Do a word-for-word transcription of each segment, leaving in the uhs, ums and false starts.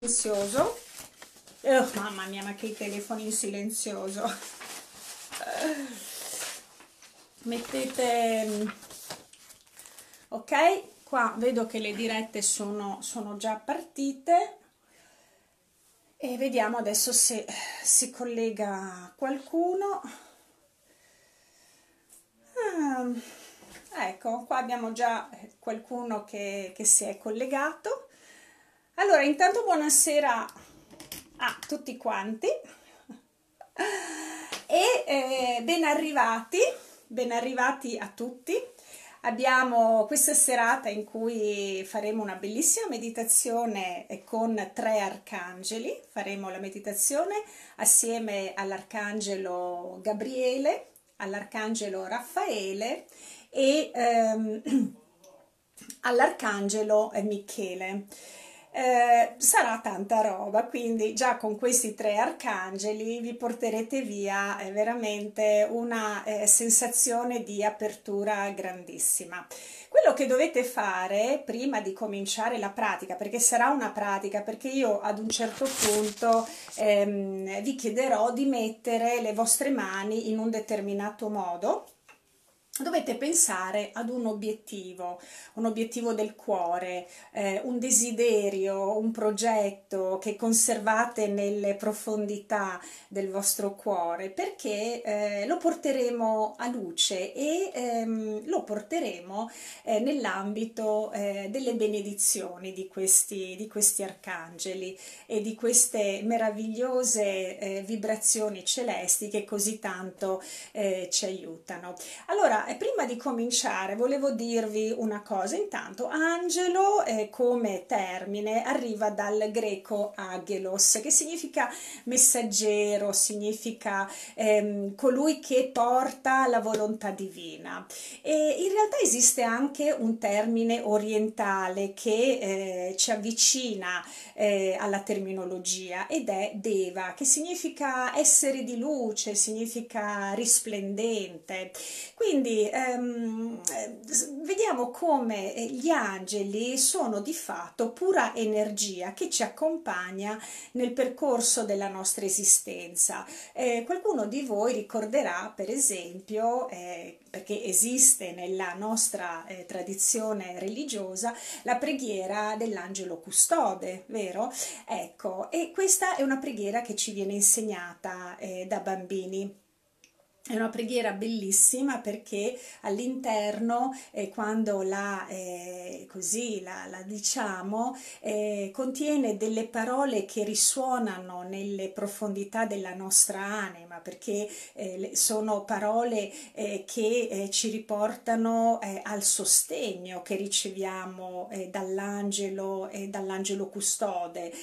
Silenzioso. Oh, mamma mia, ma che i telefoni in silenzioso. Mettete, ok, qua vedo che le dirette sono, sono già partite e vediamo adesso se si collega qualcuno. Ah, ecco, qua abbiamo già qualcuno che, che si è collegato. Allora, intanto buonasera a tutti quanti e eh, ben arrivati, ben arrivati a tutti. Abbiamo questa serata in cui faremo una bellissima meditazione con tre arcangeli. Faremo la meditazione assieme all'arcangelo Gabriele, all'arcangelo Raffaele e ehm, all'arcangelo Michele. Eh, sarà tanta roba, quindi già con questi tre arcangeli vi porterete via eh, veramente una eh, sensazione di apertura grandissima. Quello che dovete fare prima di cominciare la pratica, perché sarà una pratica, perché io ad un certo punto ehm, vi chiederò di mettere le vostre mani in un determinato modo. Dovete pensare ad un obiettivo, un obiettivo del cuore, eh, un desiderio, un progetto che conservate nelle profondità del vostro cuore, perché eh, lo porteremo a luce e ehm, lo porteremo eh, nell'ambito eh, delle benedizioni di questi, di questi arcangeli e di queste meravigliose eh, vibrazioni celesti che così tanto eh, ci aiutano. Allora, prima di cominciare volevo dirvi una cosa. Intanto angelo eh, come termine arriva dal greco agelos, che significa messaggero, significa ehm, colui che porta la volontà divina. E in realtà esiste anche un termine orientale che eh, ci avvicina eh, alla terminologia ed è deva, che significa essere di luce, significa risplendente. Quindi ehm, vediamo come gli angeli sono di fatto pura energia che ci accompagna nel percorso della nostra esistenza. Eh, qualcuno di voi ricorderà, per esempio, eh, perché esiste nella nostra eh, tradizione religiosa, la preghiera dell'angelo custode, vero? Ecco, e questa è una preghiera che ci viene insegnata eh, da bambini. È una preghiera bellissima perché all'interno, eh, quando la, eh, così la, la diciamo, eh, contiene delle parole che risuonano nelle profondità della nostra anima, perché eh, sono parole eh, che eh, ci riportano eh, al sostegno che riceviamo eh, dall'angelo e dall'angelo custode,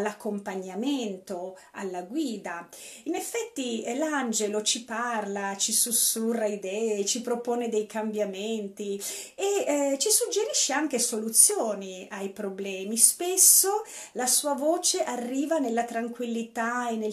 all'accompagnamento, alla guida. In effetti eh, l'angelo ci parla, ci sussurra idee, ci propone dei cambiamenti e eh, ci suggerisce anche soluzioni ai problemi. Spesso la sua voce arriva nella tranquillità e nel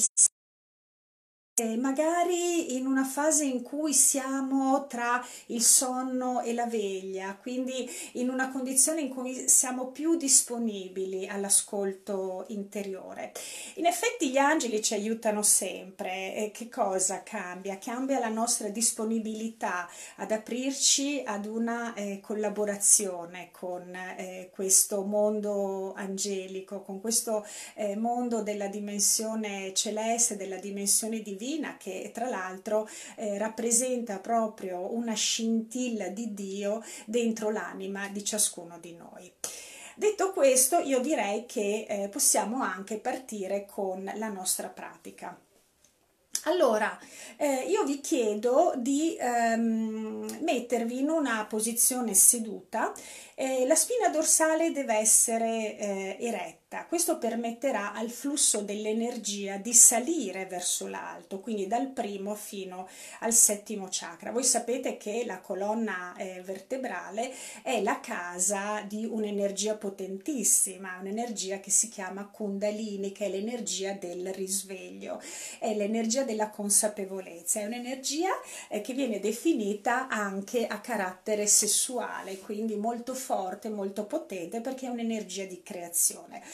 eh, magari in una fase in cui siamo tra il sonno e la veglia, quindi in una condizione in cui siamo più disponibili all'ascolto interiore. In effetti gli angeli ci aiutano sempre. E che cosa cambia? Cambia la nostra disponibilità ad aprirci ad una eh, collaborazione con eh, questo mondo angelico, con questo eh, mondo della dimensione celeste, della dimensione divina, che tra l'altro eh, rappresenta proprio una scintilla di Dio dentro l'anima di ciascuno di noi. Detto questo, io direi che eh, possiamo anche partire con la nostra pratica. Allora, eh, io vi chiedo di ehm, mettervi in una posizione seduta. Eh, la spina dorsale deve essere eh, eretta. Questo permetterà al flusso dell'energia di salire verso l'alto, quindi dal primo fino al settimo chakra. Voi sapete che la colonna eh, vertebrale è la casa di un'energia potentissima, un'energia che si chiama Kundalini, che è l'energia del risveglio, è l'energia della consapevolezza, è un'energia eh, che viene definita anche a carattere sessuale, quindi molto forte, molto potente, perché è un'energia di creazione.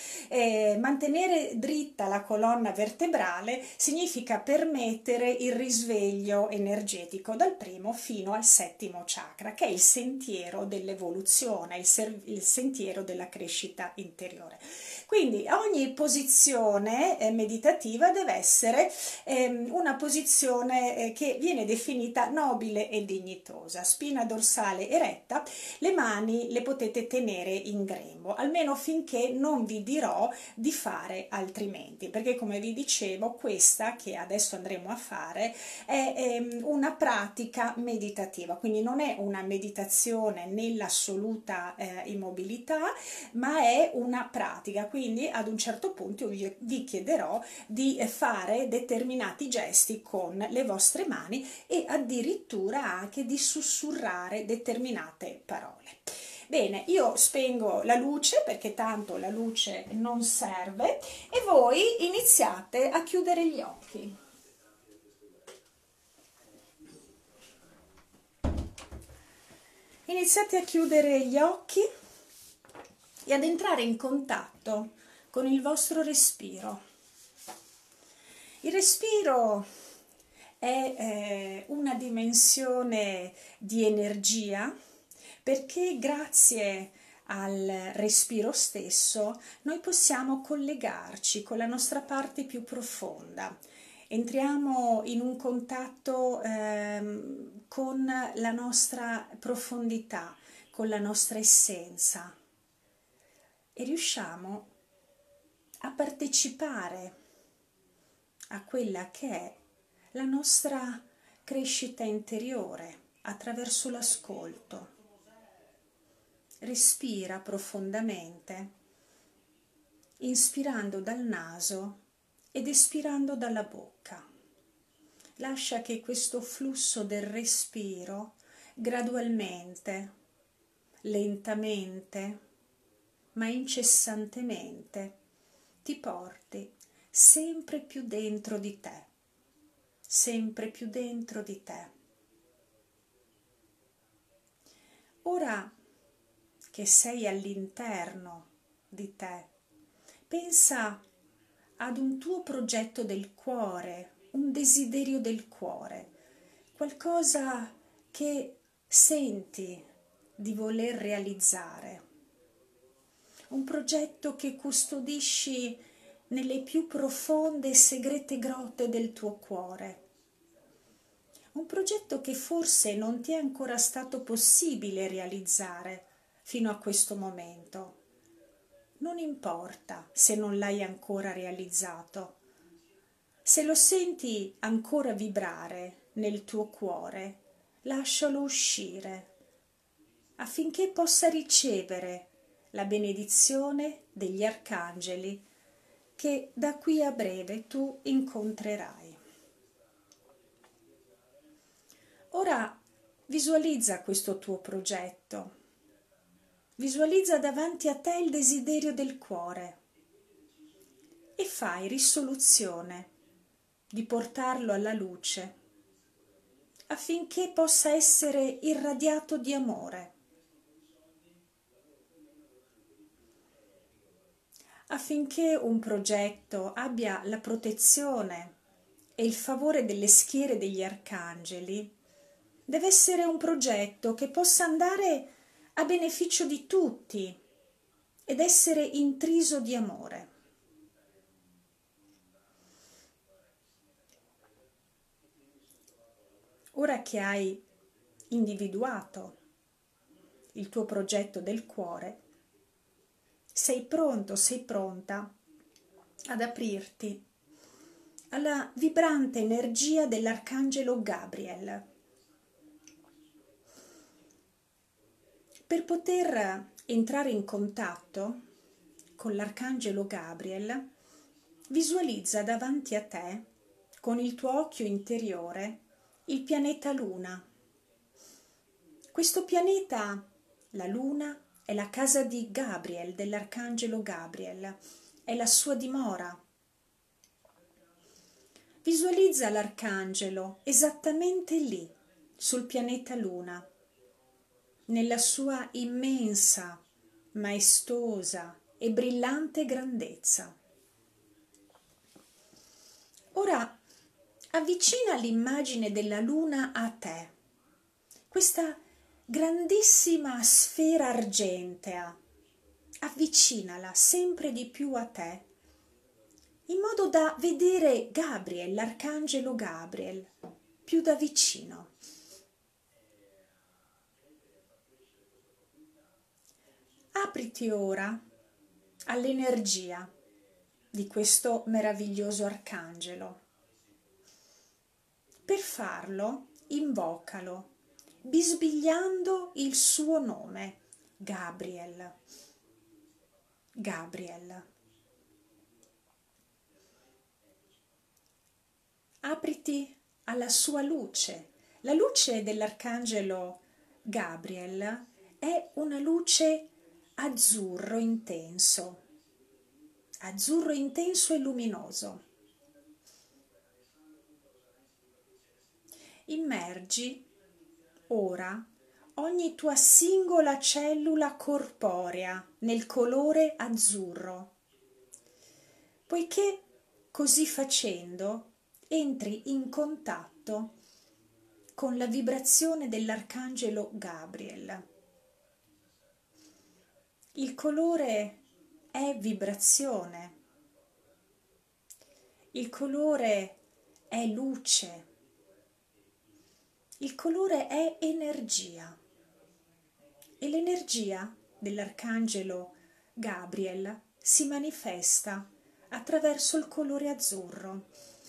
Eh, mantenere dritta la colonna vertebrale significa permettere il risveglio energetico dal primo fino al settimo chakra, che è il sentiero dell'evoluzione, il, il sentiero della crescita interiore. Quindi ogni posizione eh, meditativa deve essere ehm, una posizione eh, che viene definita nobile e dignitosa, spina dorsale eretta, le mani le potete tenere in grembo, almeno finché non vi dirò di fare altrimenti, perché come vi dicevo questa che adesso andremo a fare è ehm, una pratica meditativa, quindi non è una meditazione nell'assoluta eh, immobilità, ma è una pratica, quindi ad un certo punto io vi chiederò di fare determinati gesti con le vostre mani e addirittura anche di sussurrare determinate parole. Bene, io spengo la luce perché tanto la luce non serve e voi iniziate a chiudere gli occhi. Iniziate a chiudere gli occhi e ad entrare in contatto con il vostro respiro. Il respiro è eh, una dimensione di energia, perché grazie al respiro stesso noi possiamo collegarci con la nostra parte più profonda. Entriamo in un contatto ehm, con la nostra profondità, con la nostra essenza e riusciamo a partecipare a quella che è la nostra crescita interiore attraverso l'ascolto. Respira profondamente, inspirando dal naso ed espirando dalla bocca. Lascia che questo flusso del respiro gradualmente, lentamente, ma incessantemente ti porti sempre più dentro di te, sempre più dentro di te. Ora che sei all'interno di te, pensa ad un tuo progetto del cuore, un desiderio del cuore, qualcosa che senti di voler realizzare, un progetto che custodisci nelle più profonde e segrete grotte del tuo cuore, un progetto che forse non ti è ancora stato possibile realizzare fino a questo momento. Non importa se non l'hai ancora realizzato. Se lo senti ancora vibrare nel tuo cuore, lascialo uscire, affinché possa ricevere la benedizione degli arcangeli che da qui a breve tu incontrerai. Ora visualizza questo tuo progetto. Visualizza davanti a te il desiderio del cuore e fai risoluzione di portarlo alla luce affinché possa essere irradiato di amore, affinché un progetto abbia la protezione e il favore delle schiere degli arcangeli. Deve essere un progetto che possa andare a beneficio di tutti ed essere intriso di amore. Ora che hai individuato il tuo progetto del cuore, sei pronto, sei pronta ad aprirti alla vibrante energia dell'arcangelo Gabriel. Per poter entrare in contatto con l'arcangelo Gabriel, visualizza davanti a te, con il tuo occhio interiore, il pianeta Luna. Questo pianeta, la Luna, è la casa di Gabriel, dell'arcangelo Gabriel, è la sua dimora. Visualizza l'arcangelo esattamente lì, sul pianeta Luna, nella sua immensa, maestosa e brillante grandezza. Ora avvicina l'immagine della luna a te, questa grandissima sfera argentea, avvicinala sempre di più a te, in modo da vedere Gabriel, l'arcangelo Gabriel, più da vicino. Apriti ora all'energia di questo meraviglioso arcangelo. Per farlo, invocalo, bisbigliando il suo nome, Gabriel. Gabriel. Apriti alla sua luce. La luce dell'arcangelo Gabriel è una luce azzurro intenso, azzurro intenso e luminoso. Immergi ora ogni tua singola cellula corporea nel colore azzurro, poiché così facendo entri in contatto con la vibrazione dell'arcangelo Gabriel. Il colore è vibrazione, il colore è luce, il colore è energia e l'energia dell'arcangelo Gabriel si manifesta attraverso il colore azzurro.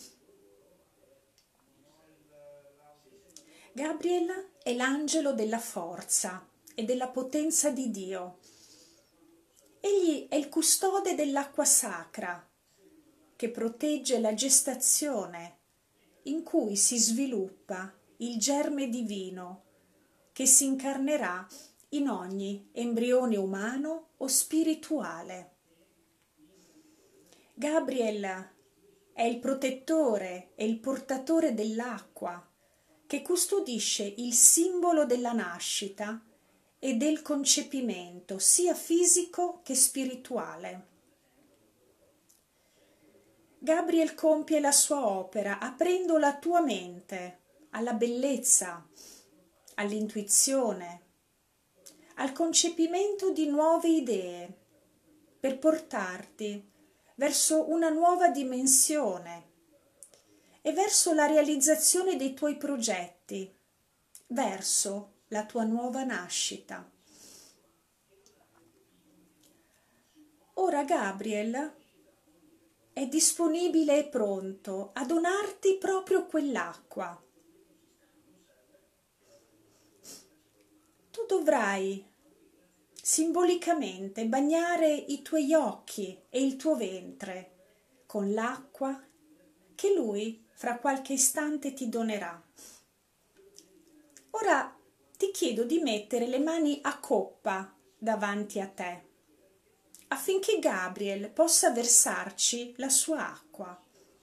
Gabriel è l'angelo della forza e della potenza di Dio. Egli è il custode dell'acqua sacra che protegge la gestazione in cui si sviluppa il germe divino che si incarnerà in ogni embrione umano o spirituale. Gabriel è il protettore e il portatore dell'acqua che custodisce il simbolo della nascita e del concepimento, sia fisico che spirituale. Gabriel compie la sua opera aprendo la tua mente alla bellezza, all'intuizione, al concepimento di nuove idee, per portarti verso una nuova dimensione e verso la realizzazione dei tuoi progetti, verso la tua nuova nascita. Ora Gabriel è disponibile e pronto a donarti proprio quell'acqua. Tu dovrai simbolicamente bagnare i tuoi occhi e il tuo ventre con l'acqua che lui fra qualche istante ti donerà. Ora ti chiedo di mettere le mani a coppa davanti a te, affinché Gabriel possa versarci la sua acqua.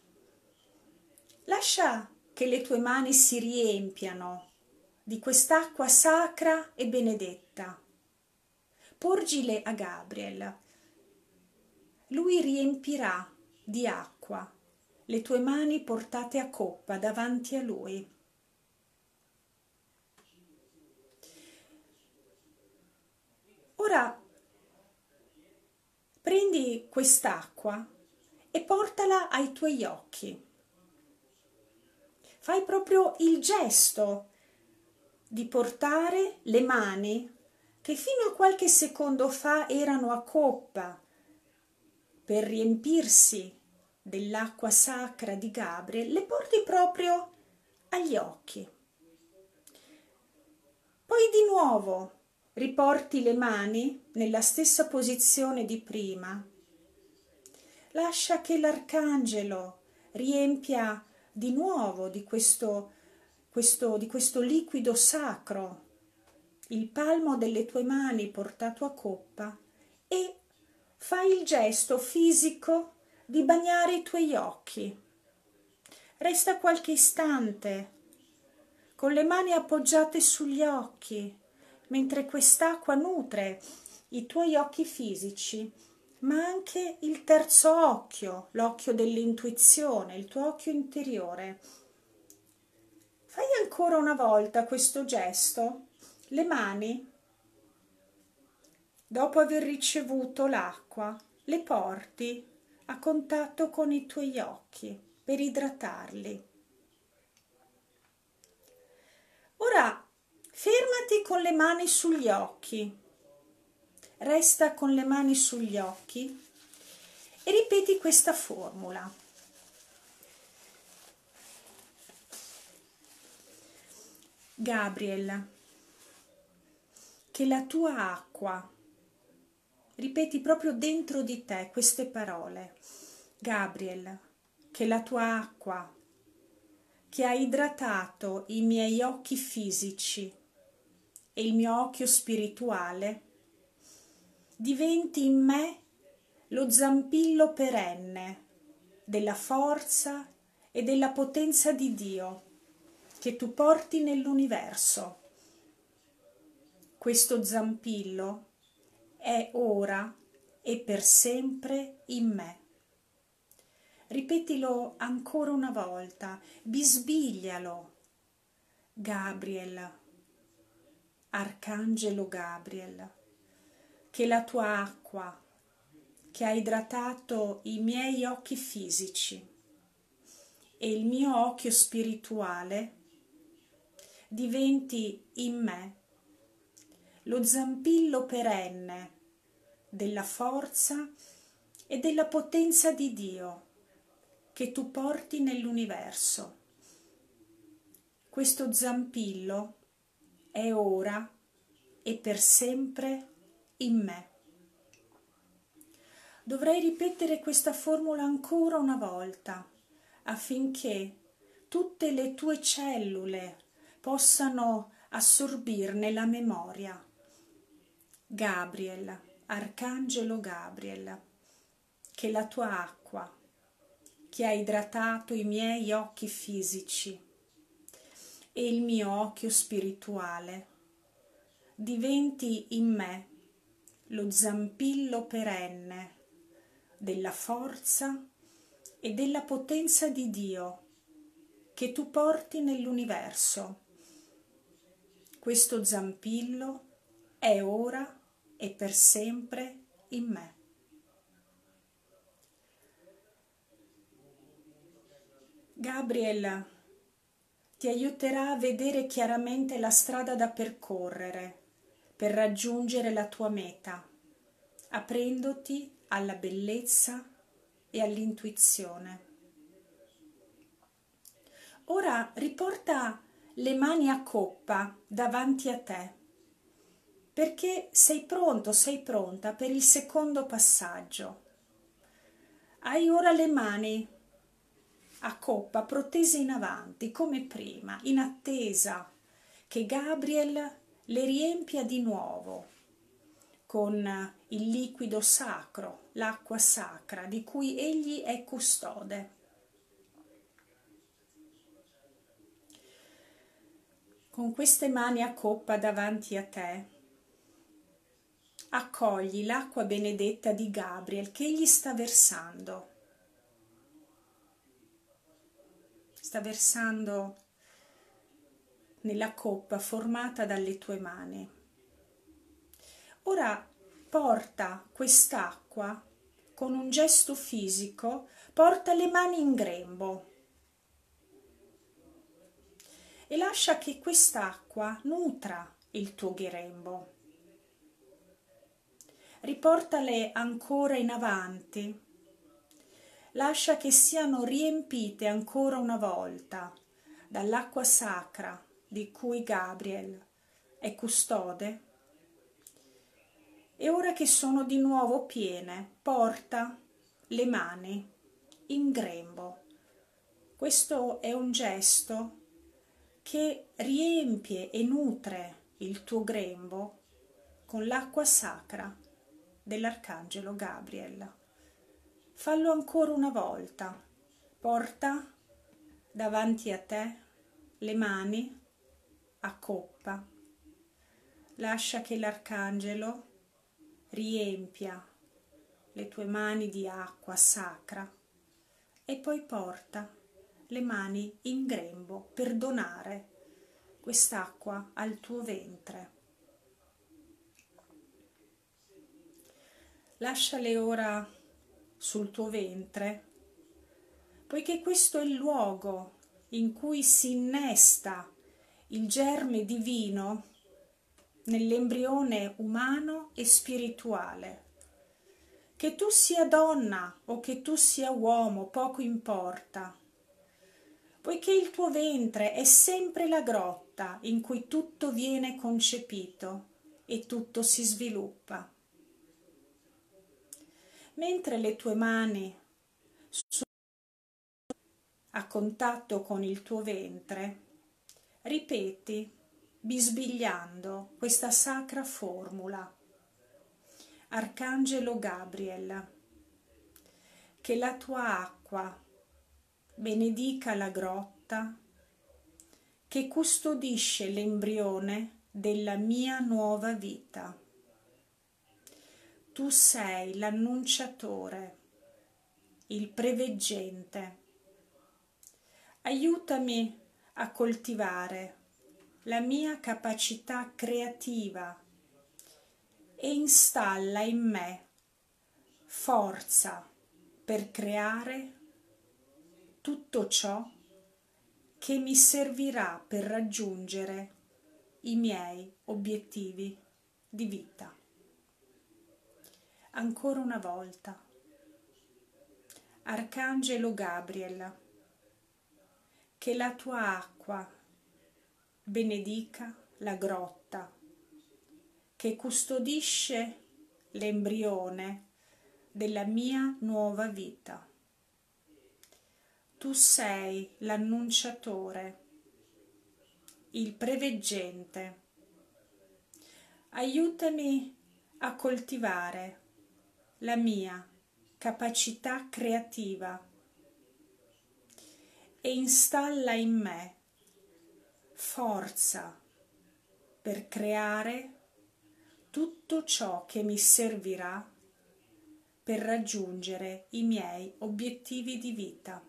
Lascia che le tue mani si riempiano di quest'acqua sacra e benedetta. Porgile a Gabriel. Lui riempirà di acqua le tue mani portate a coppa davanti a lui. Ora prendi quest'acqua e portala ai tuoi occhi. Fai proprio il gesto di portare le mani che fino a qualche secondo fa erano a coppa per riempirsi dell'acqua sacra di Gabriel, le porti proprio agli occhi. Poi di nuovo riporti le mani nella stessa posizione di prima. Lascia che l'arcangelo riempia di nuovo di questo, questo, di questo liquido sacro il palmo delle tue mani portato a coppa e fai il gesto fisico di bagnare i tuoi occhi. Resta qualche istante con le mani appoggiate sugli occhi, mentre quest'acqua nutre i tuoi occhi fisici ma anche il terzo occhio, l'occhio dell'intuizione, il tuo occhio interiore. Fai ancora una volta questo gesto, le mani, dopo aver ricevuto l'acqua, le porti a contatto con i tuoi occhi per idratarli. Ora fermati con le mani sugli occhi, resta con le mani sugli occhi e ripeti questa formula. Gabriel, che la tua acqua, ripeti proprio dentro di te queste parole. Gabriel, che la tua acqua, che ha idratato i miei occhi fisici e il mio occhio spirituale, diventi in me lo zampillo perenne della forza e della potenza di Dio che tu porti nell'universo. Questo zampillo è ora e per sempre in me. Ripetilo ancora una volta, bisbiglialo. Gabriel, Arcangelo Gabriel, che la tua acqua, che ha idratato i miei occhi fisici e il mio occhio spirituale, diventi in me lo zampillo perenne della forza e della potenza di Dio che tu porti nell'universo. Questo zampillo è ora e per sempre in me. Dovrai ripetere questa formula ancora una volta affinché tutte le tue cellule possano assorbirne la memoria. Gabriel, Arcangelo Gabriel, che la tua acqua, che ha idratato i miei occhi fisici e il mio occhio spirituale, diventi in me lo zampillo perenne della forza e della potenza di Dio che tu porti nell'universo. Questo zampillo è ora e per sempre in me. Gabriel ti aiuterà a vedere chiaramente la strada da percorrere per raggiungere la tua meta, aprendoti alla bellezza e all'intuizione. Ora riporta le mani a coppa davanti a te, perché sei pronto, sei pronta per il secondo passaggio. Hai ora le mani a coppa protese in avanti, come prima, in attesa che Gabriel le riempia di nuovo con il liquido sacro, l'acqua sacra di cui egli è custode. Con queste mani a coppa davanti a te, accogli l'acqua benedetta di Gabriel che egli sta versando. Sta versando nella coppa formata dalle tue mani. Ora porta quest'acqua con un gesto fisico, porta le mani in grembo e lascia che quest'acqua nutra il tuo grembo. Riportale ancora in avanti. Lascia che siano riempite ancora una volta dall'acqua sacra di cui Gabriel è custode. E ora che sono di nuovo piene, porta le mani in grembo. Questo è un gesto che riempie e nutre il tuo grembo con l'acqua sacra dell'Arcangelo Gabriel. Fallo ancora una volta. Porta davanti a te le mani a coppa. Lascia che l'Arcangelo riempia le tue mani di acqua sacra e poi porta le mani in grembo per donare quest'acqua al tuo ventre. Lasciale ora sul tuo ventre, poiché questo è il luogo in cui si innesta il germe divino nell'embrione umano e spirituale. Che tu sia donna o che tu sia uomo, poco importa, poiché il tuo ventre è sempre la grotta in cui tutto viene concepito e tutto si sviluppa. Mentre le tue mani sono a contatto con il tuo ventre, ripeti, bisbigliando, questa sacra formula. Arcangelo Gabriel, che la tua acqua benedica la grotta che custodisce l'embrione della mia nuova vita. Tu sei l'annunciatore, il preveggente. Aiutami a coltivare la mia capacità creativa e installa in me forza per creare tutto ciò che mi servirà per raggiungere i miei obiettivi di vita. Ancora una volta, Arcangelo Gabriel, che la tua acqua benedica la grotta che custodisce l'embrione della mia nuova vita. Tu sei l'annunciatore, il preveggente. Aiutami a coltivare la mia capacità creativa e installa in me forza per creare tutto ciò che mi servirà per raggiungere i miei obiettivi di vita.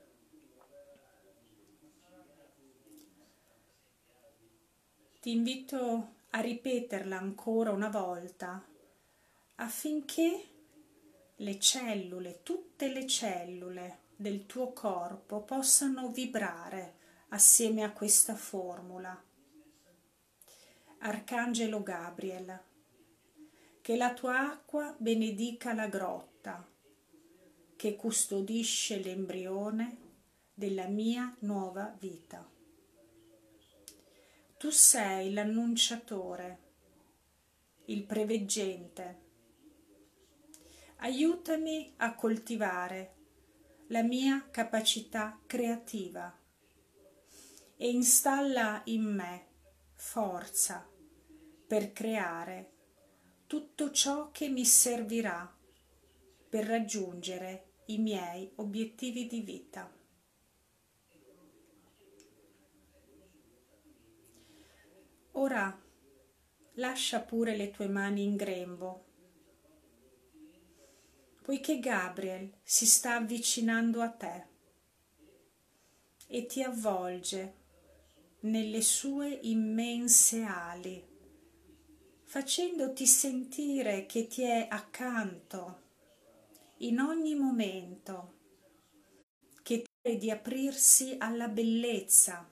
Ti invito a ripeterla ancora una volta affinché le cellule, tutte le cellule del tuo corpo possano vibrare assieme a questa formula. Arcangelo Gabriel, che la tua acqua benedica la grotta che custodisce l'embrione della mia nuova vita. Tu sei l'annunciatore, il preveggente. Aiutami a coltivare la mia capacità creativa e installa in me forza per creare tutto ciò che mi servirà per raggiungere i miei obiettivi di vita. Ora lascia pure le tue mani in grembo, poiché Gabriel si sta avvicinando a te e ti avvolge nelle sue immense ali, facendoti sentire che ti è accanto in ogni momento, che ti di aprirsi alla bellezza.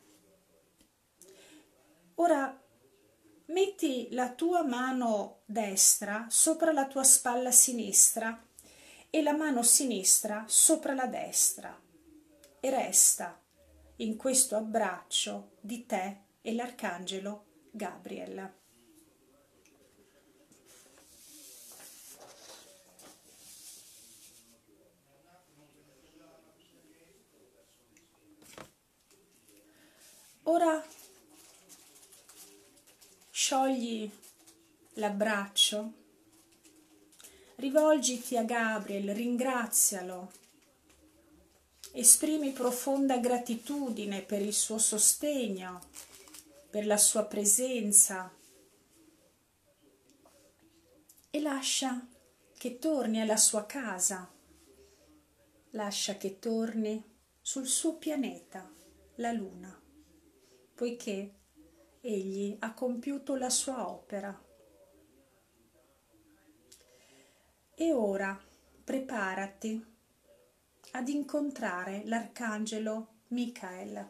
Ora metti la tua mano destra sopra la tua spalla sinistra e la mano sinistra sopra la destra e resta in questo abbraccio di te e l'arcangelo Gabriel. Ora sciogli l'abbraccio, rivolgiti a Gabriel, ringrazialo, esprimi profonda gratitudine per il suo sostegno, per la sua presenza e lascia che torni alla sua casa, lascia che torni sul suo pianeta, la Luna, poiché egli ha compiuto la sua opera. E ora preparati ad incontrare l'arcangelo Michael.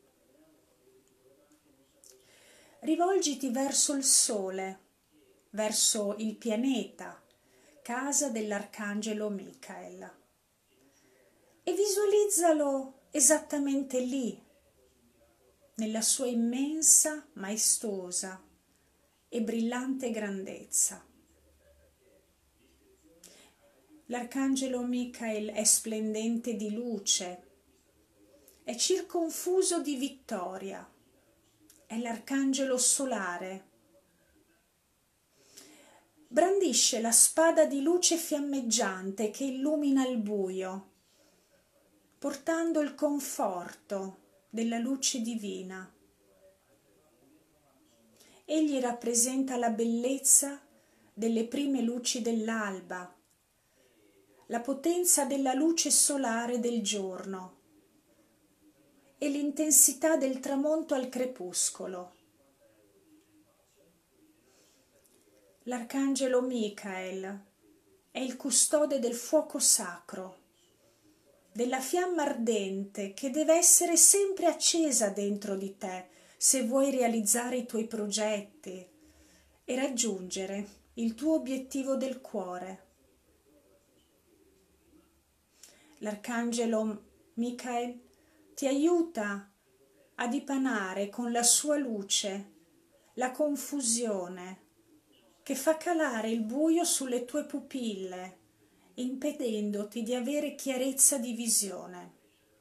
Rivolgiti verso il Sole, verso il pianeta, casa dell'arcangelo Michael, e visualizzalo esattamente lì, nella sua immensa, maestosa e brillante grandezza. L'arcangelo Michael è splendente di luce, è circonfuso di vittoria, è l'arcangelo solare. Brandisce la spada di luce fiammeggiante che illumina il buio, portando il conforto della luce divina. Egli rappresenta la bellezza delle prime luci dell'alba, la potenza della luce solare del giorno e l'intensità del tramonto al crepuscolo. L'arcangelo Michael è il custode del fuoco sacro, della fiamma ardente che deve essere sempre accesa dentro di te se vuoi realizzare i tuoi progetti e raggiungere il tuo obiettivo del cuore. L'arcangelo Michael ti aiuta a dipanare con la sua luce la confusione che fa calare il buio sulle tue pupille, impedendoti di avere chiarezza di visione.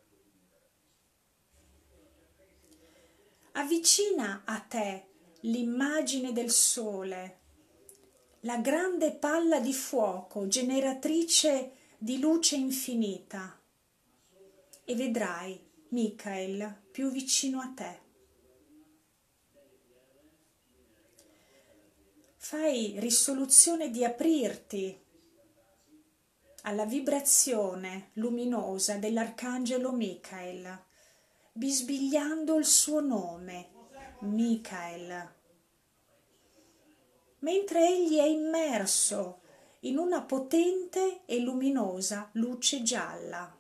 Avvicina a te l'immagine del sole, la grande palla di fuoco generatrice di luce infinita, e vedrai Michael più vicino a te. Fai risoluzione di aprirti alla vibrazione luminosa dell'arcangelo Michael, bisbigliando il suo nome, Michael, mentre egli è immerso in una potente e luminosa luce gialla.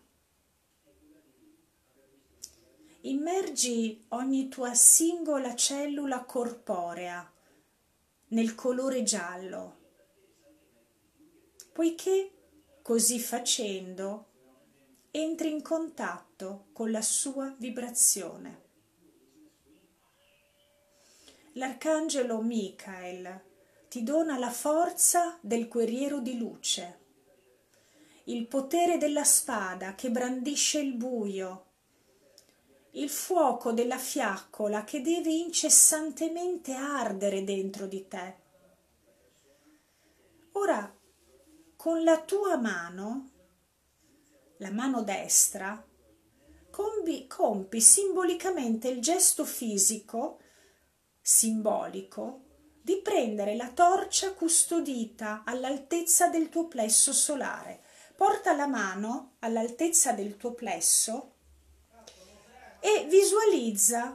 Immergi ogni tua singola cellula corporea nel colore giallo, poiché così facendo entri in contatto con la sua vibrazione. L'arcangelo Michael ti dona la forza del guerriero di luce, il potere della spada che brandisce il buio, il fuoco della fiaccola che deve incessantemente ardere dentro di te. Ora, con la tua mano, la mano destra, compi, compi simbolicamente il gesto fisico, simbolico, di prendere la torcia custodita all'altezza del tuo plesso solare. Porta la mano all'altezza del tuo plesso e visualizza,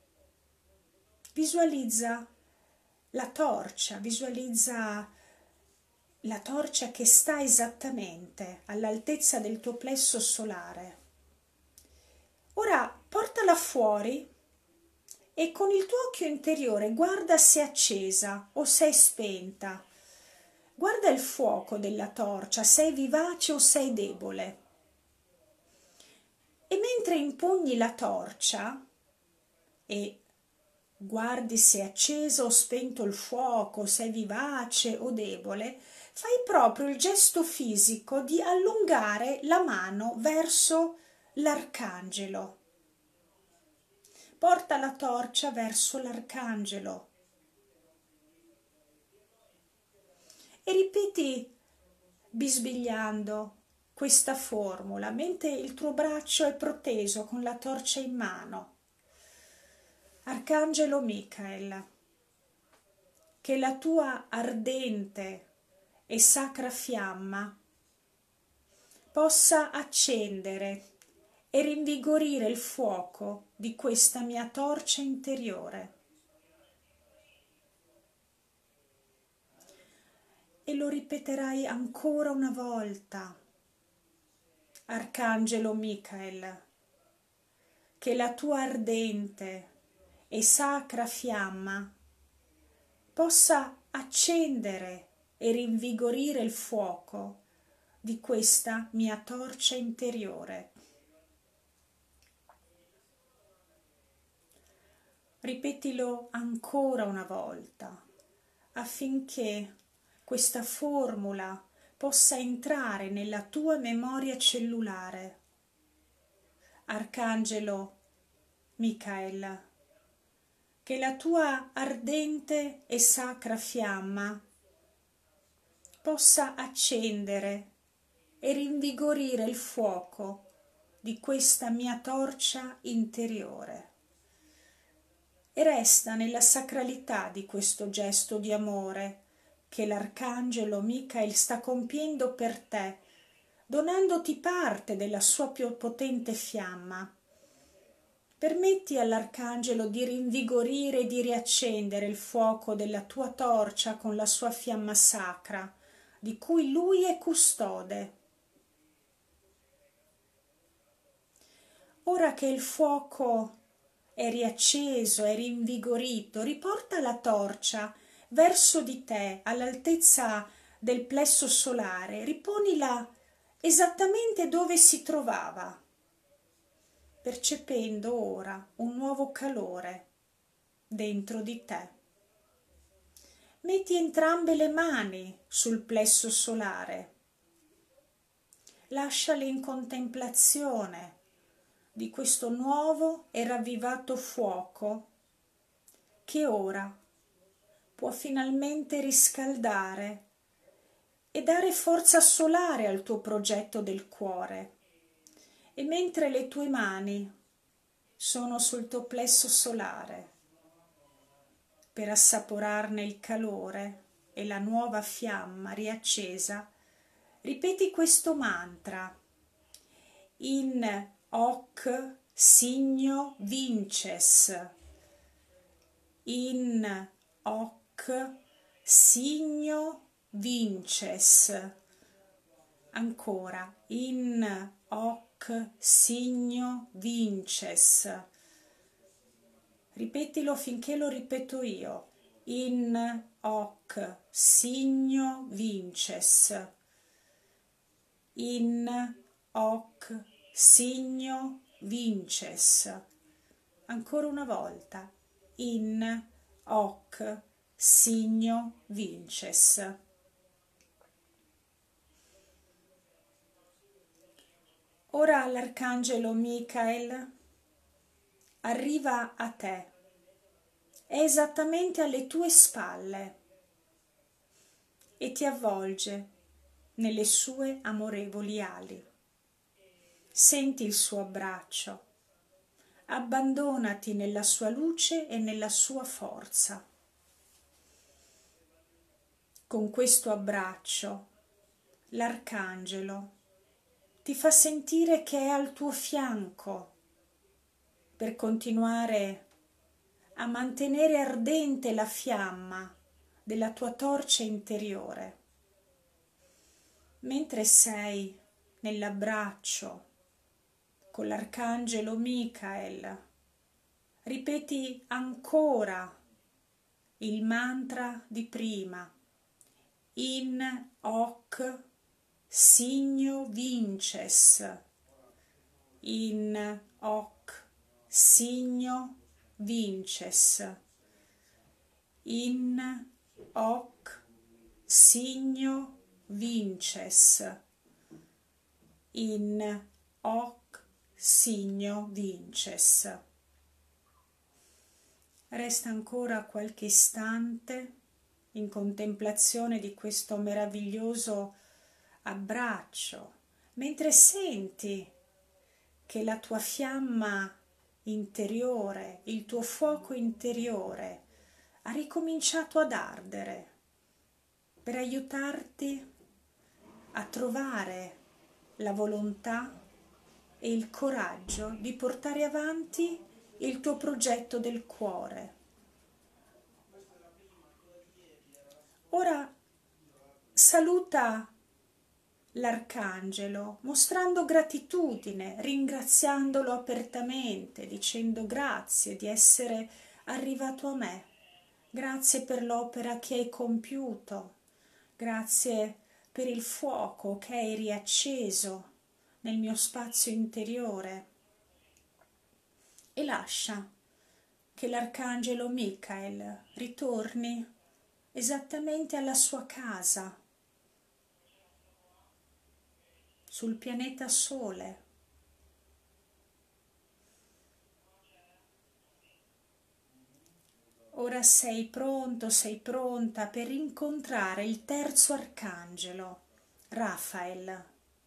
visualizza la torcia, visualizza la torcia che sta esattamente all'altezza del tuo plesso solare. Ora portala fuori e con il tuo occhio interiore guarda se è accesa o se è spenta. Guarda il fuoco della torcia, se è vivace o se è debole. E mentre impugni la torcia e guardi se è acceso o spento il fuoco, se è vivace o debole, fai proprio il gesto fisico di allungare la mano verso l'arcangelo. Porta la torcia verso l'arcangelo e ripeti bisbigliando questa formula mentre il tuo braccio è proteso con la torcia in mano. Arcangelo Michael, che la tua ardente e sacra fiamma possa accendere e rinvigorire il fuoco di questa mia torcia interiore. E lo ripeterai ancora una volta, Arcangelo Michael, che la tua ardente e sacra fiamma possa accendere e rinvigorire il fuoco di questa mia torcia interiore. Ripetilo ancora una volta affinché questa formula possa entrare nella tua memoria cellulare. Arcangelo Michael, che la tua ardente e sacra fiamma possa accendere e rinvigorire il fuoco di questa mia torcia interiore. E resta nella sacralità di questo gesto di amore che l'Arcangelo Michael sta compiendo per te, donandoti parte della sua più potente fiamma. Permetti all'Arcangelo di rinvigorire e di riaccendere il fuoco della tua torcia con la sua fiamma sacra, di cui lui è custode. Ora che il fuoco è riacceso, è rinvigorito, riporta la torcia verso di te, all'altezza del plesso solare, riponila esattamente dove si trovava, percependo ora un nuovo calore dentro di te. Metti entrambe le mani sul plesso solare, lasciale in contemplazione di questo nuovo e ravvivato fuoco che ora può finalmente riscaldare e dare forza solare al tuo progetto del cuore. E mentre le tue mani sono sul tuo plesso solare per assaporarne il calore e la nuova fiamma riaccesa, ripeti questo mantra: in hoc signo vinces, in hoc signo vinces. Ancora, in hoc signo vinces. Ripetilo finché lo ripeto io. In hoc signo vinces. In hoc signo vinces. Ancora una volta. In hoc signo vinces. Ora l'Arcangelo Michael arriva a te, è esattamente alle tue spalle e ti avvolge nelle sue amorevoli ali. Senti il suo abbraccio, abbandonati nella sua luce e nella sua forza. Con questo abbraccio l'Arcangelo ti fa sentire che è al tuo fianco per continuare a mantenere ardente la fiamma della tua torcia interiore. Mentre sei nell'abbraccio con l'Arcangelo Michael, ripeti ancora il mantra di prima: in hoc signo vinces, in hoc signo vinces, in hoc signo vinces, in hoc signo vinces. Resta ancora qualche istante in contemplazione di questo meraviglioso abbraccio, mentre senti che la tua fiamma interiore, il tuo fuoco interiore ha ricominciato ad ardere per aiutarti a trovare la volontà e il coraggio di portare avanti il tuo progetto del cuore. Ora saluta l'arcangelo mostrando gratitudine, ringraziandolo apertamente, dicendo grazie di essere arrivato a me, grazie per l'opera che hai compiuto, grazie per il fuoco che hai riacceso nel mio spazio interiore, e lascia che l'arcangelo Michael ritorni esattamente alla sua casa, sul pianeta Sole. Ora sei pronto, sei pronta per incontrare il terzo arcangelo, Raphael.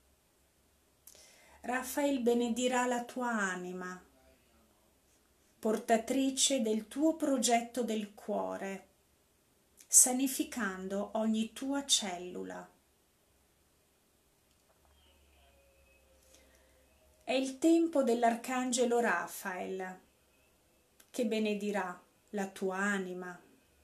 Raphael benedirà la tua anima, portatrice del tuo progetto del cuore, sanificando ogni tua cellula. È il tempo dell'arcangelo Raphael che benedirà la tua anima,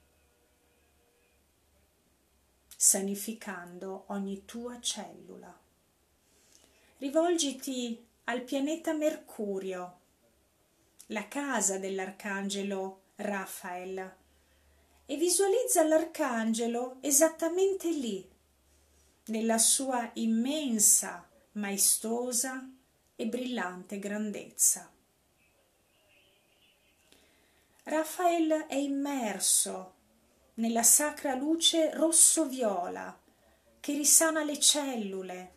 sanificando ogni tua cellula. Rivolgiti al pianeta Mercurio, la casa dell'arcangelo Raphael, e visualizza l'arcangelo esattamente lì, nella sua immensa, maestosa e brillante grandezza. Raphael è immerso nella sacra luce rosso-viola che risana le cellule.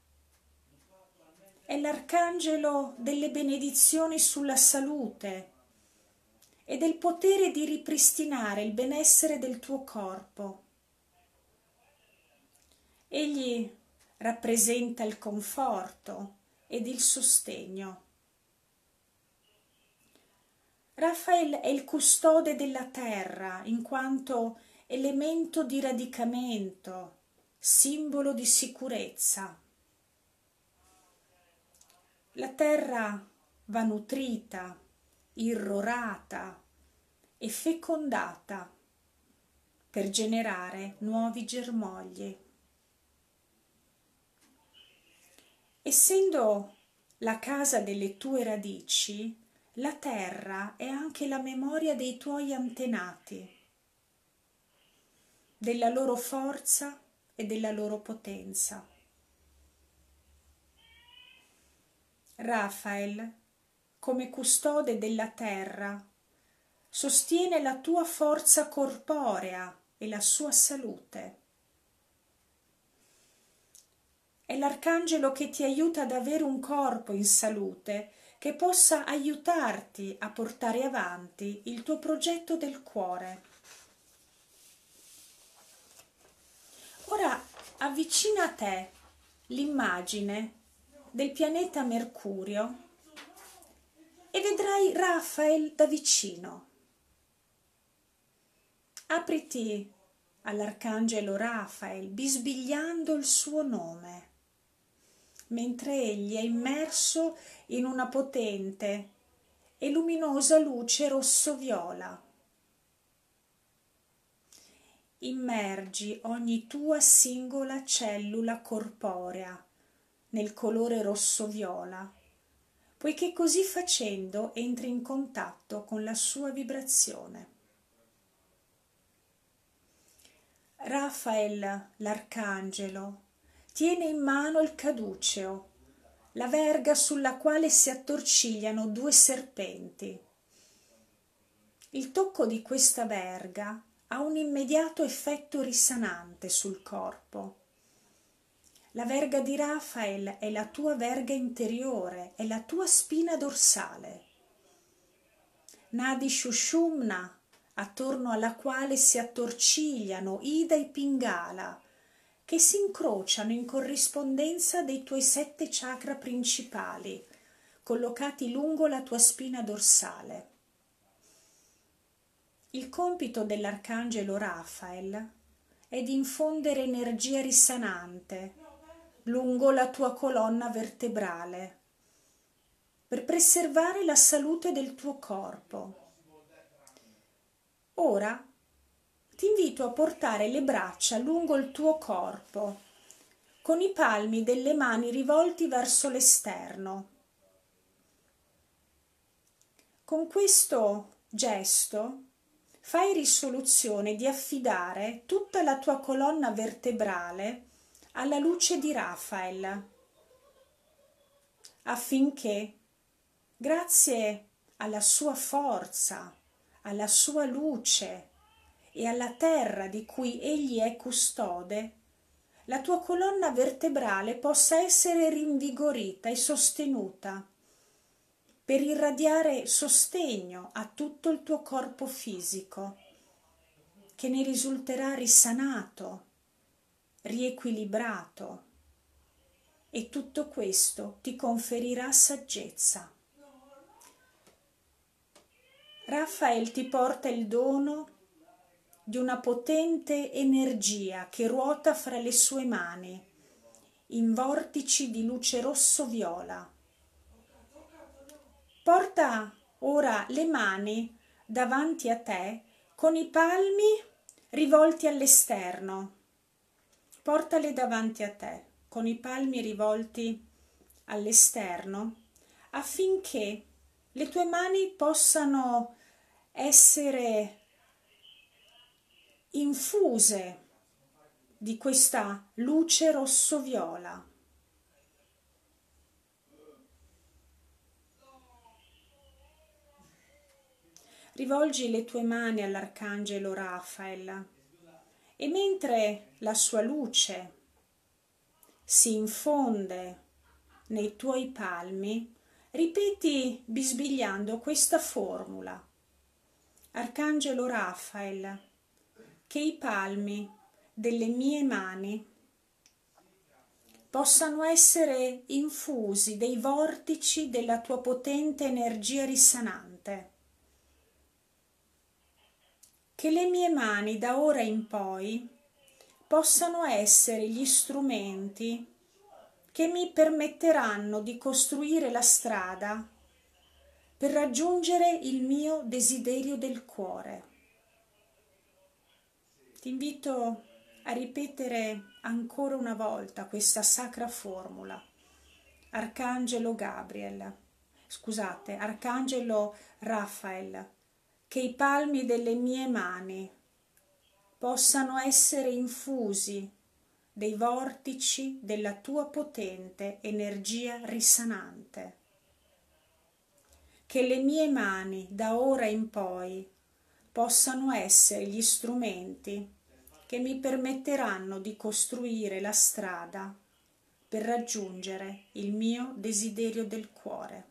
È l'arcangelo delle benedizioni sulla salute e del potere di ripristinare il benessere del tuo corpo. Egli rappresenta il conforto ed il sostegno. Raphael è il custode della terra in quanto elemento di radicamento, simbolo di sicurezza. La terra va nutrita, irrorata e fecondata per generare nuovi germogli. Essendo la casa delle tue radici, la terra è anche la memoria dei tuoi antenati, della loro forza e della loro potenza. Raphael, come custode della terra, sostiene la tua forza corporea e la sua salute. È l'arcangelo che ti aiuta ad avere un corpo in salute che possa aiutarti a portare avanti il tuo progetto del cuore. Ora avvicina a te l'immagine del pianeta Mercurio e vedrai Raphael da vicino. Apriti all'arcangelo Raphael bisbigliando il suo nome, mentre egli è immerso in una potente e luminosa luce rosso-viola. Immergi ogni tua singola cellula corporea nel colore rosso-viola, poiché così facendo entri in contatto con la sua vibrazione. Raphael, l'arcangelo, tiene in mano il caduceo, la verga sulla quale si attorcigliano due serpenti. Il tocco di questa verga ha un immediato effetto risanante sul corpo. La verga di Raphael è la tua verga interiore, è la tua spina dorsale. Nadi Shushumna, attorno alla quale si attorcigliano Ida e Pingala, che si incrociano in corrispondenza dei tuoi sette chakra principali, collocati lungo la tua spina dorsale. Il compito dell'arcangelo Raphael è di infondere energia risanante lungo la tua colonna vertebrale per preservare la salute del tuo corpo. Ora ti invito a portare le braccia lungo il tuo corpo con i palmi delle mani rivolti verso l'esterno. Con questo gesto fai risoluzione di affidare tutta la tua colonna vertebrale alla luce di Raphael, affinché, grazie alla sua forza, alla sua luce e alla terra di cui egli è custode, la tua colonna vertebrale possa essere rinvigorita e sostenuta per irradiare sostegno a tutto il tuo corpo fisico, che ne risulterà risanato, riequilibrato, e tutto questo ti conferirà saggezza. Raphael ti porta il dono di una potente energia che ruota fra le sue mani, in vortici di luce rosso-viola. Porta ora le mani davanti a te con i palmi rivolti all'esterno. Portale davanti a te con i palmi rivolti all'esterno affinché le tue mani possano essere infuse di questa luce rosso-viola. Rivolgi le tue mani all'arcangelo Raphael e mentre la sua luce si infonde nei tuoi palmi, ripeti bisbigliando questa formula. Arcangelo Raphael, che i palmi delle mie mani possano essere infusi dei vortici della tua potente energia risanante. Che le mie mani da ora in poi possano essere gli strumenti che mi permetteranno di costruire la strada per raggiungere il mio desiderio del cuore. Ti invito a ripetere ancora una volta questa sacra formula. Arcangelo Gabriel, scusate, Arcangelo Raphael, che i palmi delle mie mani possano essere infusi dei vortici della tua potente energia risanante. Che le mie mani da ora in poi possano essere gli strumenti che mi permetteranno di costruire la strada per raggiungere il mio desiderio del cuore.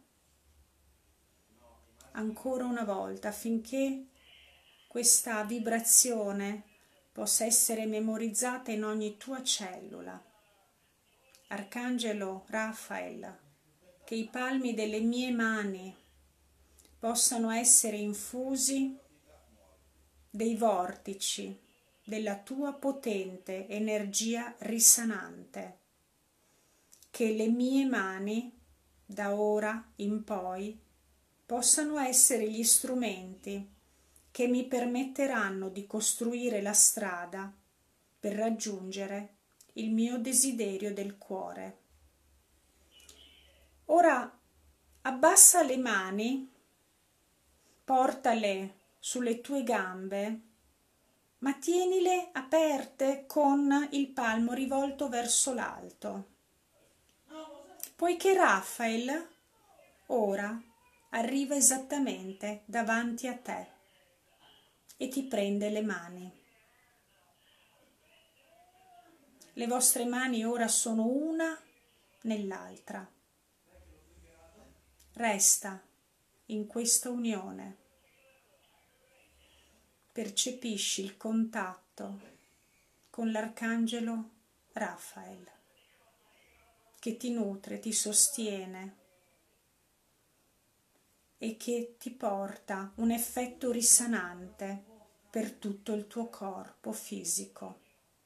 Ancora una volta, affinché questa vibrazione possa essere memorizzata in ogni tua cellula. Arcangelo Raphael, che i palmi delle mie mani possano essere infusi dei vortici della tua potente energia risanante. Che le mie mani, da ora in poi, possano essere gli strumenti che mi permetteranno di costruire la strada per raggiungere il mio desiderio del cuore. Ora abbassa le mani, portale sulle tue gambe, ma tienile aperte con il palmo rivolto verso l'alto, poiché Raphael ora arriva esattamente davanti a te e ti prende le mani. Le vostre mani ora sono una nell'altra. Resta in questa unione. Percepisci il contatto con l'arcangelo Raphael, che ti nutre, ti sostiene e che ti porta un effetto risanante per tutto il tuo corpo fisico.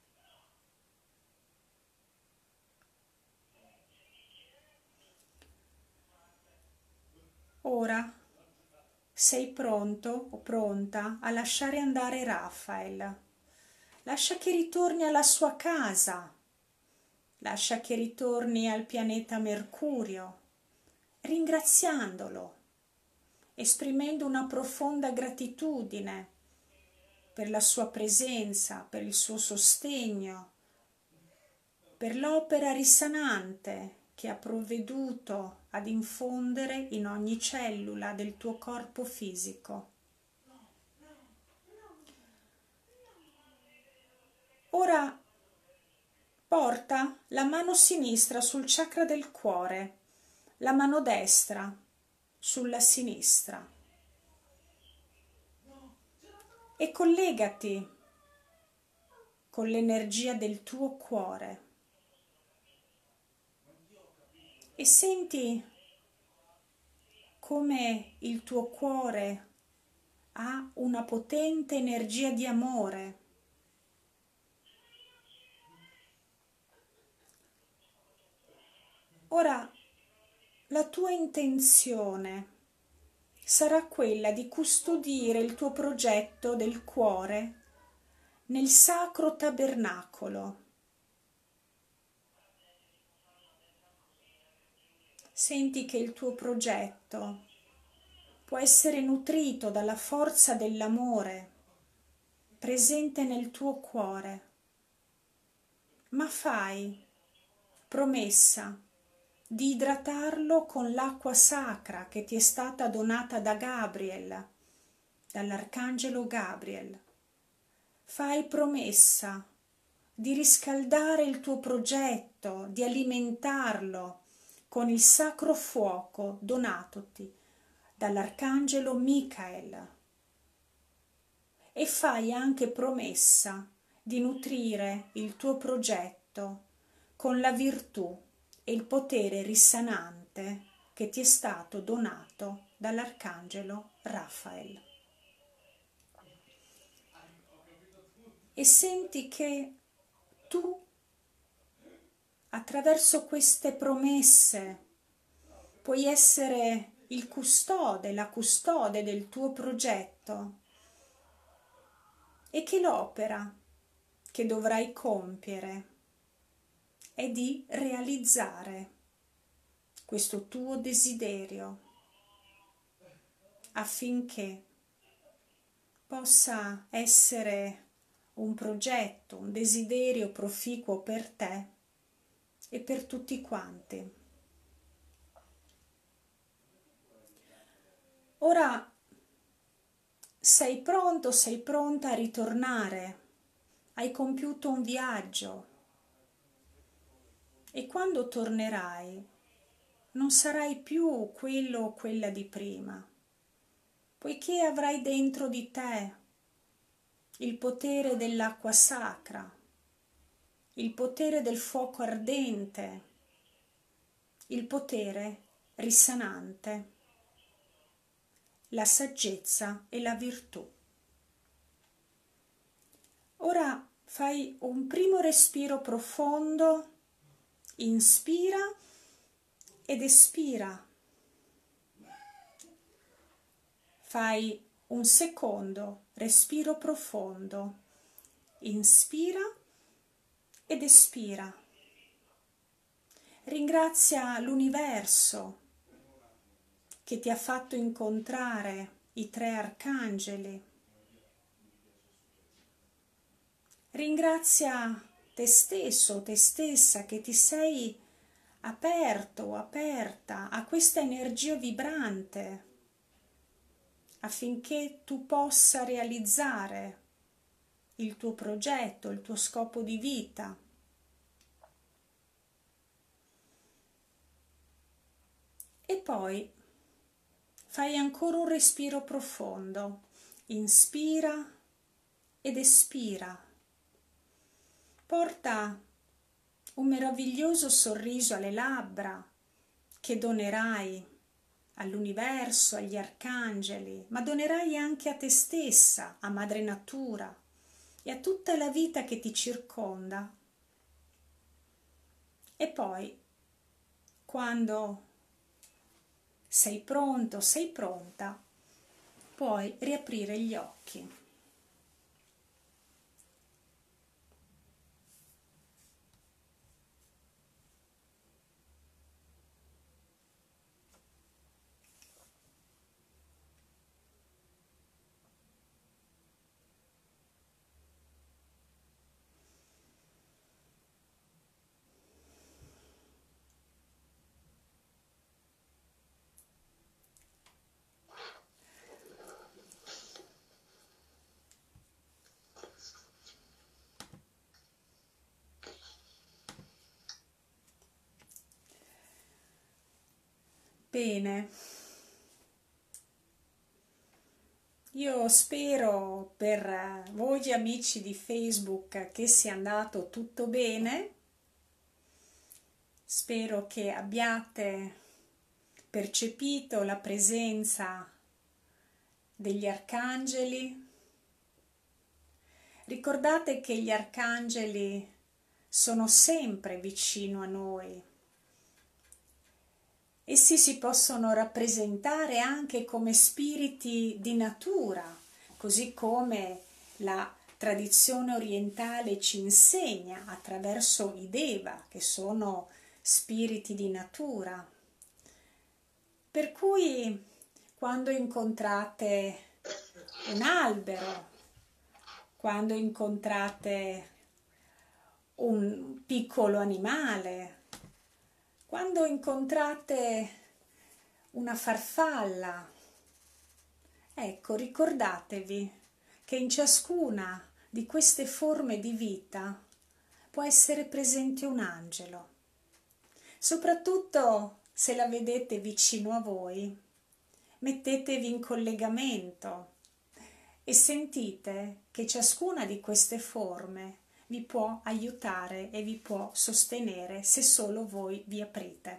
Ora sei pronto o pronta a lasciare andare Raphael. Lascia che ritorni alla sua casa. Lascia che ritorni al pianeta Mercurio, ringraziandolo, esprimendo una profonda gratitudine per la sua presenza, per il suo sostegno, per l'opera risanante che ha provveduto ad infondere in ogni cellula del tuo corpo fisico. Ora porta la mano sinistra sul chakra del cuore, la mano destra sulla sinistra e collegati con l'energia del tuo cuore e senti come il tuo cuore ha una potente energia di amore. Ora, la tua intenzione sarà quella di custodire il tuo progetto del cuore nel sacro tabernacolo. Senti che il tuo progetto può essere nutrito dalla forza dell'amore presente nel tuo cuore, ma fai promessa di idratarlo con l'acqua sacra che ti è stata donata da Gabriel, dall'arcangelo Gabriel. Fai promessa di riscaldare il tuo progetto, di alimentarlo con il sacro fuoco donatoti dall'arcangelo Michael. E fai anche promessa di nutrire il tuo progetto con la virtù e il potere risanante che ti è stato donato dall'arcangelo Raphael. E senti che tu, attraverso queste promesse, puoi essere il custode, la custode del tuo progetto e che l'opera che dovrai compiere è di realizzare questo tuo desiderio affinché possa essere un progetto, un desiderio proficuo per te e per tutti quanti. Ora sei pronto, sei pronta a ritornare, hai compiuto un viaggio e quando tornerai non sarai più quello o quella di prima, poiché avrai dentro di te il potere dell'acqua sacra, il potere del fuoco ardente, il potere risanante, la saggezza e la virtù. Ora fai un primo respiro profondo, inspira ed espira. Fai un secondo respiro profondo, inspira ed espira. Ringrazia l'universo che ti ha fatto incontrare i tre arcangeli. Ringrazia te stesso, te stessa che ti sei aperto o aperta a questa energia vibrante affinché tu possa realizzare il tuo progetto, il tuo scopo di vita. E poi fai ancora un respiro profondo, inspira ed espira. Porta un meraviglioso sorriso alle labbra che donerai all'universo, agli arcangeli, ma donerai anche a te stessa, a Madre Natura e a tutta la vita che ti circonda. E poi, quando sei pronto, sei pronta, puoi riaprire gli occhi. Bene, io spero per voi amici di Facebook che sia andato tutto bene, spero che abbiate percepito la presenza degli arcangeli. Ricordate che gli arcangeli sono sempre vicino a noi. Essi si possono rappresentare anche come spiriti di natura, così come la tradizione orientale ci insegna attraverso i Deva, che sono spiriti di natura. Per cui quando incontrate un albero, quando incontrate un piccolo animale, quando incontrate una farfalla, ecco, ricordatevi che in ciascuna di queste forme di vita può essere presente un angelo. Soprattutto se la vedete vicino a voi, mettetevi in collegamento e sentite che ciascuna di queste forme vi può aiutare e vi può sostenere se solo voi vi aprite.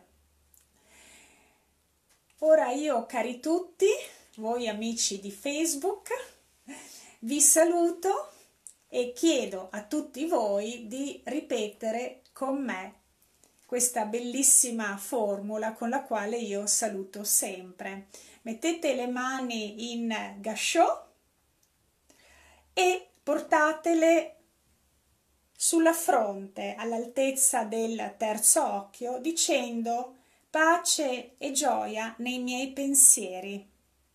Ora io, cari tutti, voi amici di Facebook, vi saluto e chiedo a tutti voi di ripetere con me questa bellissima formula con la quale io saluto sempre. Mettete le mani in gâchot e portatele sulla fronte, all'altezza del terzo occhio, dicendo pace e gioia nei miei pensieri.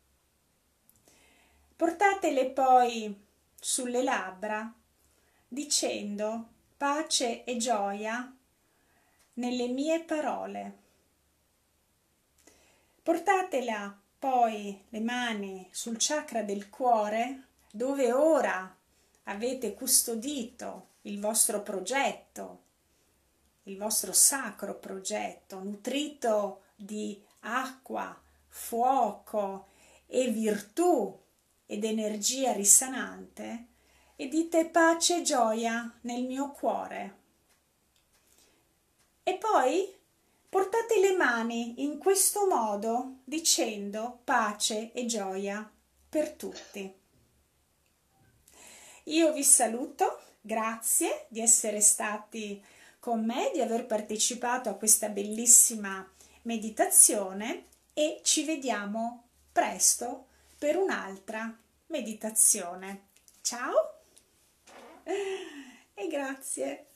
Portatele poi sulle labbra, dicendo pace e gioia nelle mie parole. Portatela poi le mani sul chakra del cuore, dove ora avete custodito il vostro progetto, il vostro sacro progetto, nutrito di acqua, fuoco e virtù ed energia risanante, e dite pace e gioia nel mio cuore. E poi portate le mani in questo modo dicendo pace e gioia per tutti. Io vi saluto, grazie di essere stati con me, di aver partecipato a questa bellissima meditazione e ci vediamo presto per un'altra meditazione. Ciao e grazie.